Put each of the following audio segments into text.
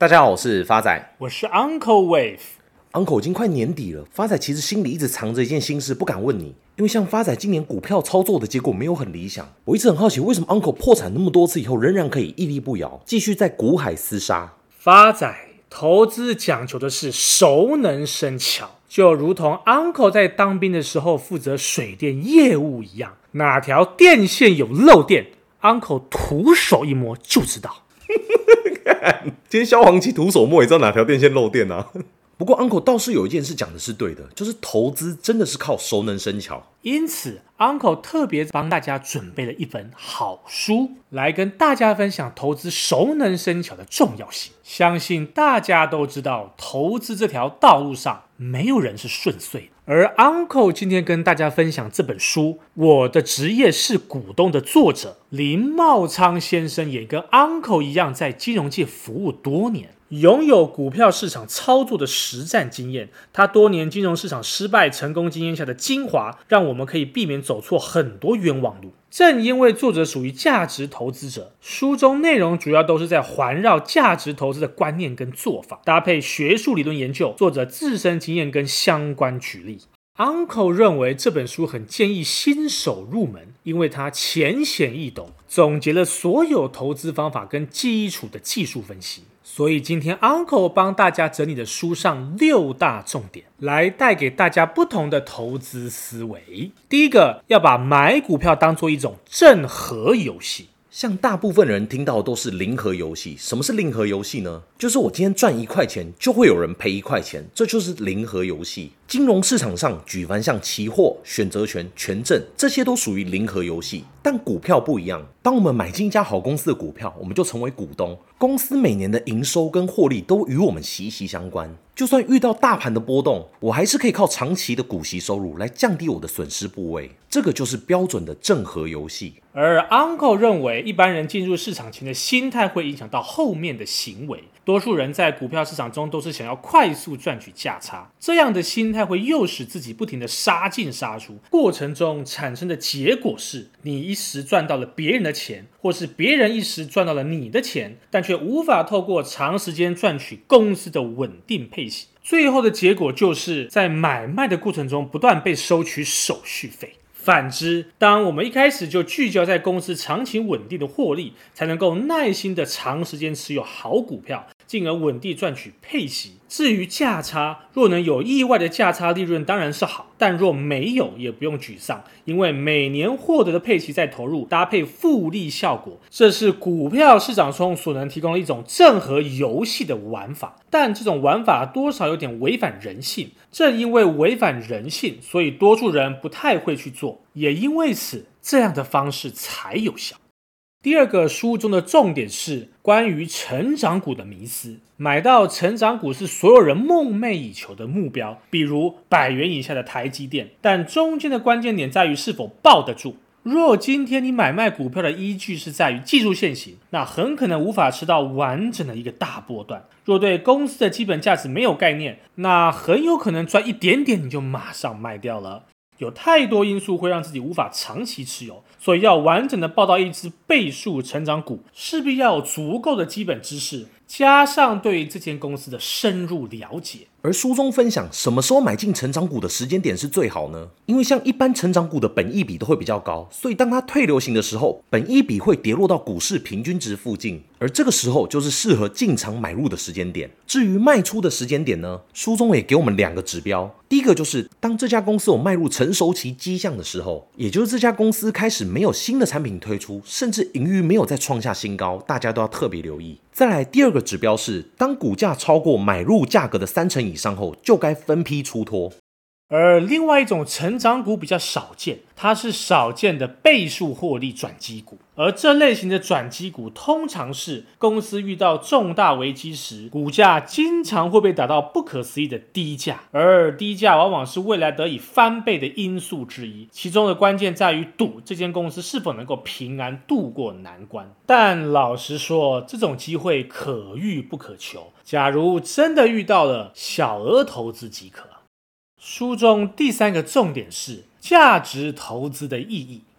大家好，我是发仔， 我是 Uncle Wave。 Uncle 已经快年底了，发仔其实心里一直藏着一件心事，不敢问你，因为像发仔今年股票操作的结果没有很理想，我一直很好奇，为什么 Uncle 破产那么多次以后，仍然可以屹立不摇，继续在股海厮杀？ 发仔投资讲求的是熟能生巧，就如同 Uncle 在当兵的时候负责水电业务一样，哪条电线有漏电 ，Uncle 徒手一摸就知道。 今天消防器徒手摸也知道哪条电线漏电啊。不过 Uncle 倒是有一件事讲的是对的，就是投资真的是靠熟能生巧。 因此 Uncle 特别帮大家准备了一本好书，来跟大家分享投资熟能生巧的重要性。相信大家都知道，投资这条道路上没有人是顺遂的。而 Uncle 今天跟大家分享这本书《我的职业是股东》的作者林茂昌先生，也跟 Uncle 一样在金融界服务多年，拥有股票市场操作的实战经验。他多年金融市场失败成功经验下的精华，让我们可以避免走错很多冤枉路。正因为作者属于价值投资者，书中内容主要都是在环绕价值投资的观念跟做法，搭配学术理论研究，作者自身经验跟相关举例。Uncle 认为这本书很建议新手入门，因为它浅显易懂，总结了所有投资方法跟基础的技术分析。所以今天 Uncle 帮大家整理的书上6大重点，来带给大家不同的投资思维。第一个，要把买股票当作一种正和游戏。 像大部分人听到的都是零和游戏，什么是零和游戏呢？就是我今天赚1块钱，就会有人赔1块钱，这就是零和游戏。金融市场上举凡像期货、选择权、权证，这些都属于零和游戏。但股票不一样，当我们买进一家好公司的股票，我们就成为股东，公司每年的营收跟获利都与我们息息相关。就算遇到大盘的波动，我还是可以靠长期的股息收入来降低我的损失部位，这个就是标准的正和游戏。 而 Uncle 认为，一般人进入市场前的心态会影响到后面的行为。多数人在股票市场中都是想要快速赚取价差，这样的心态会诱使自己不停的杀进杀出，过程中产生的结果是，你一时赚到了别人的钱，或是别人一时赚到了你的钱，但却无法透过长时间赚取公司的稳定配息。最后的结果就是在买卖的过程中不断被收取手续费。反之，当我们一开始就聚焦在公司长期稳定的获利，才能够耐心的长时间持有好股票，进而稳定赚取配息。至于价差，若能有意外的价差利润当然是好，但若没有也不用沮丧，因为每年获得的配息再投入，搭配复利效果，这是股票市场中所能提供的一种正和游戏的玩法。但这种玩法多少有点违反人性，正因为违反人性，所以多数人不太会去做，也因为此，这样的方式才有效。第二个，书中的重点是关于成长股的迷思。买到成长股是所有人梦寐以求的目标，比如100元以下的台积电，但中间的关键点在于是否抱得住。若今天你买卖股票的依据是在于技术线型，那很可能无法吃到完整的一个大波段。若对公司的基本价值没有概念，那很有可能赚一点点你就马上卖掉了。有太多因素会让自己无法长期持有，所以要完整的抱到一只倍数成长股，势必要有足够的基本知识，加上对于这间公司的深入了解。 而书中分享什么时候买进成长股的时间点是最好呢？因为像一般成长股的本益比都会比较高，所以当它退流行的时候，本益比会跌落到股市平均值附近，而这个时候就是适合进场买入的时间点。至于卖出的时间点呢，书中也给我们2个指标。第一个就是当这家公司有迈入成熟期迹象的时候，也就是这家公司开始没有新的产品推出，甚至盈余没有再创下新高，大家都要特别留意。再来第2个指标是，当股价超过买入价格的30%以上后，就该分批出脱。 而另外一种成长股比较少见，它是少见的倍数获利转机股。而这类型的转机股通常是公司遇到重大危机时，股价经常会被打到不可思议的低价，而低价往往是未来得以翻倍的因素之一。其中的关键在于赌这间公司是否能够平安度过难关。但老实说，这种机会可遇不可求，假如真的遇到了，小额投资即可。书中第3个重点是价值投资的意义。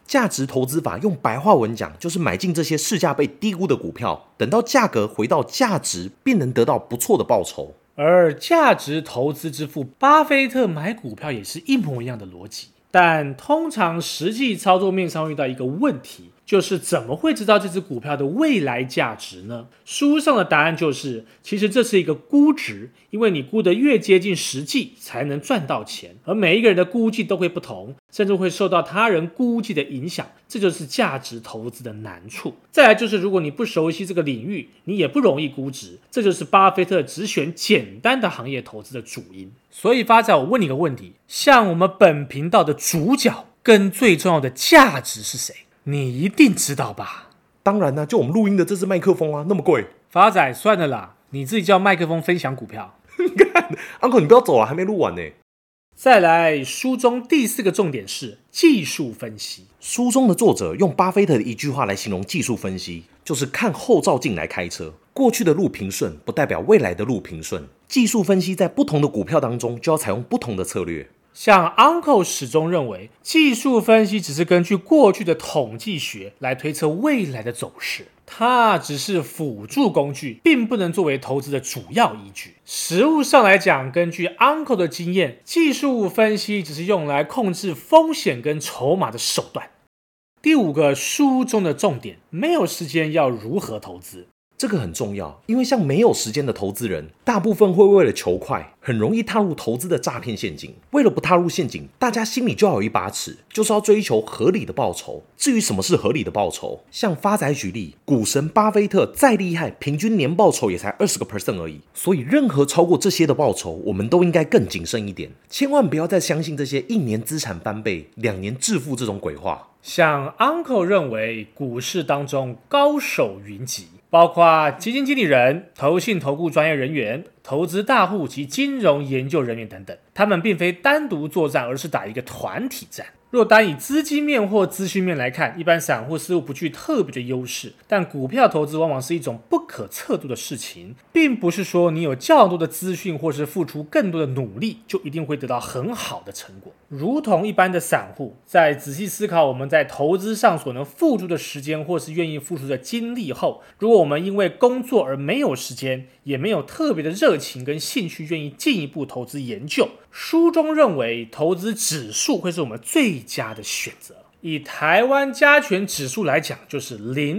价值投资法用白话文讲，就是买进这些市价被低估的股票，等到价格回到价值，便能得到不错的报酬。 而价值投资之父巴菲特买股票也是一模一样的逻辑，但通常实际操作面上遇到一个问题，就是怎么会知道这只股票的未来价值呢？书上的答案就是，其实这是一个估值，因为你估得越接近实际，才能赚到钱。而每一个人的估计都会不同，甚至会受到他人估计的影响，这就是价值投资的难处。再来就是，如果你不熟悉这个领域，你也不容易估值，这就是巴菲特只选简单的行业投资的主因。所以发仔，我问你个问题，像我们本频道的主角跟最重要的价值是谁？你一定知道吧？ 当然就我们录音的这支麦克风那么贵。 发仔，算了啦，你自己叫麦克风分享股票。 Uncle 你不要走了，还没录完呢。 再来，书中第4个重点是技术分析。 书中的作者用巴菲特的一句话来形容技术分析，就是看后照镜来开车。过去的路平顺，不代表未来的路平顺。技术分析在不同的股票当中，就要采用不同的策略。 像 Uncle 始终认为，技术分析只是根据过去的统计学来推测未来的走势，它只是辅助工具，并不能作为投资的主要依据。实务上来讲，根据 Uncle 的经验，技术分析只是用来控制风险跟筹码的手段。第5个书中的重点，没有时间要如何投资。 这个很重要，因为像没有时间的投资人，大部分会为了求快，很容易踏入投资的诈骗陷阱。为了不踏入陷阱，大家心里就要有一把尺，就是要追求合理的报酬。至于什么是合理的报酬，像发仔举例，股神巴菲特再厉害，平均年报酬也才20% 而已。所以任何超过这些的报酬，我们都应该更谨慎一点，千万不要再相信这些1年资产翻倍、2年致富这种鬼话。 像 Uncle 认为，股市当中高手云集，包括基金经理人、投信投顾专业人员、投资大户及金融研究人员等等，他们并非单独作战，而是打一个团体战。若单以资金面或资讯面来看，一般散户似乎不具特别的优势，但股票投资往往是一种不可测度的事情，并不是说你有较多的资讯或是付出更多的努力，就一定会得到很好的成果。如同一般的散户，在仔细思考我们在投资上所能付出的时间或是愿意付出的精力后，如果我们因为工作而没有时间，也没有特别的热情跟兴趣愿意进一步投资研究，书中认为投资指数会是我们最佳的选择。以台湾加权指数来讲，就是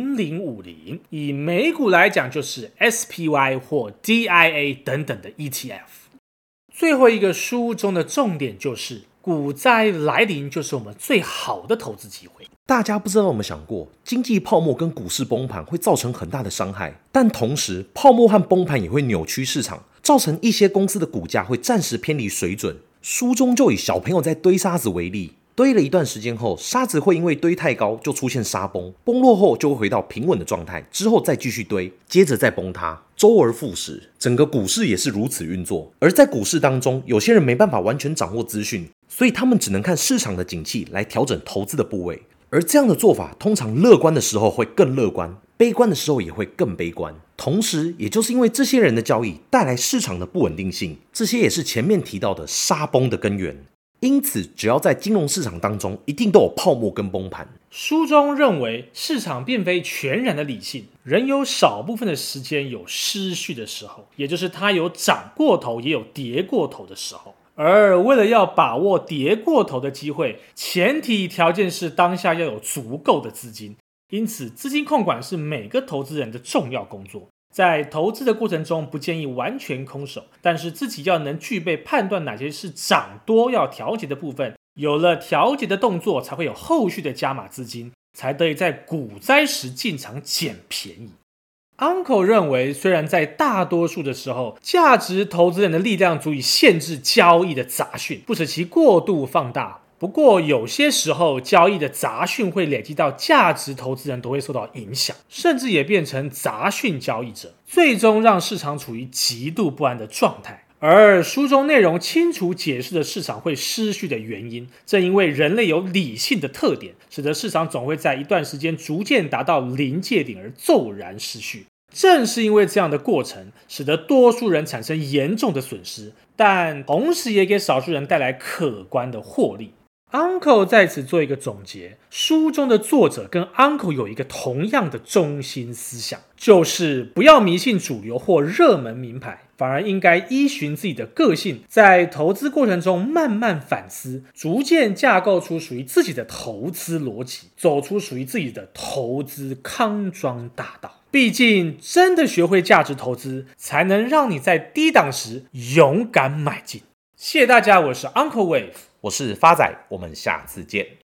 0050；以美股来讲，就是 SPY 或 DIA 等等的 ETF。最后一个书中的重点就是，股灾来临就是我们最好的投资机会。 大家不知道有没有想过，经济泡沫跟股市崩盘会造成很大的伤害，但同时泡沫和崩盘也会扭曲市场，造成一些公司的股价会暂时偏离水准。书中就以小朋友在堆沙子为例，堆了一段时间后，沙子会因为堆太高就出现沙崩，崩落后就会回到平稳的状态，之后再继续堆，接着再崩塌，周而复始。整个股市也是如此运作。而在股市当中，有些人没办法完全掌握资讯，所以他们只能看市场的景气来调整投资的部位。而这样的做法，通常乐观的时候会更乐观，悲观的时候也会更悲观。同时，也就是因为这些人的交易带来市场的不稳定性，这些也是前面提到的沙崩的根源。因此，只要在金融市场当中，一定都有泡沫跟崩盘。 书中认为，市场并非全然的理性，人有少部分的时间有失序的时候，也就是它有涨过头，也有跌过头的时候。而为了要把握跌过头的机会，前提条件是当下要有足够的资金。因此，资金控管是每个投资人的重要工作。在投资的过程中，不建议完全空手，但是自己要能具备判断哪些是涨多要调节的部分，有了调节的动作，才会有后续的加码资金，才得以在股灾时进场捡便宜。Uncle 认为，虽然在大多数的时候，价值投资人的力量足以限制交易的杂讯，不使其过度放大。不过，有些时候，交易的杂讯会累积到价值投资人都会受到影响，甚至也变成杂讯交易者，最终让市场处于极度不安的状态。而书中内容清楚解释了市场会失序的原因，正因为人类有理性的特点，使得市场总会在一段时间逐渐达到临界点而骤然失序。正是因为这样的过程，使得多数人产生严重的损失，但同时也给少数人带来可观的获利。 Uncle 在此做一个总结，书中的作者跟 Uncle 有一个同样的中心思想，就是不要迷信主流或热门名牌，反而应该依循自己的个性，在投资过程中慢慢反思，逐渐架构出属于自己的投资逻辑，走出属于自己的投资康庄大道。毕竟真的学会价值投资，才能让你在低档时勇敢买进。谢谢大家，我是 Uncle Wave， 我是发仔，我们下次见。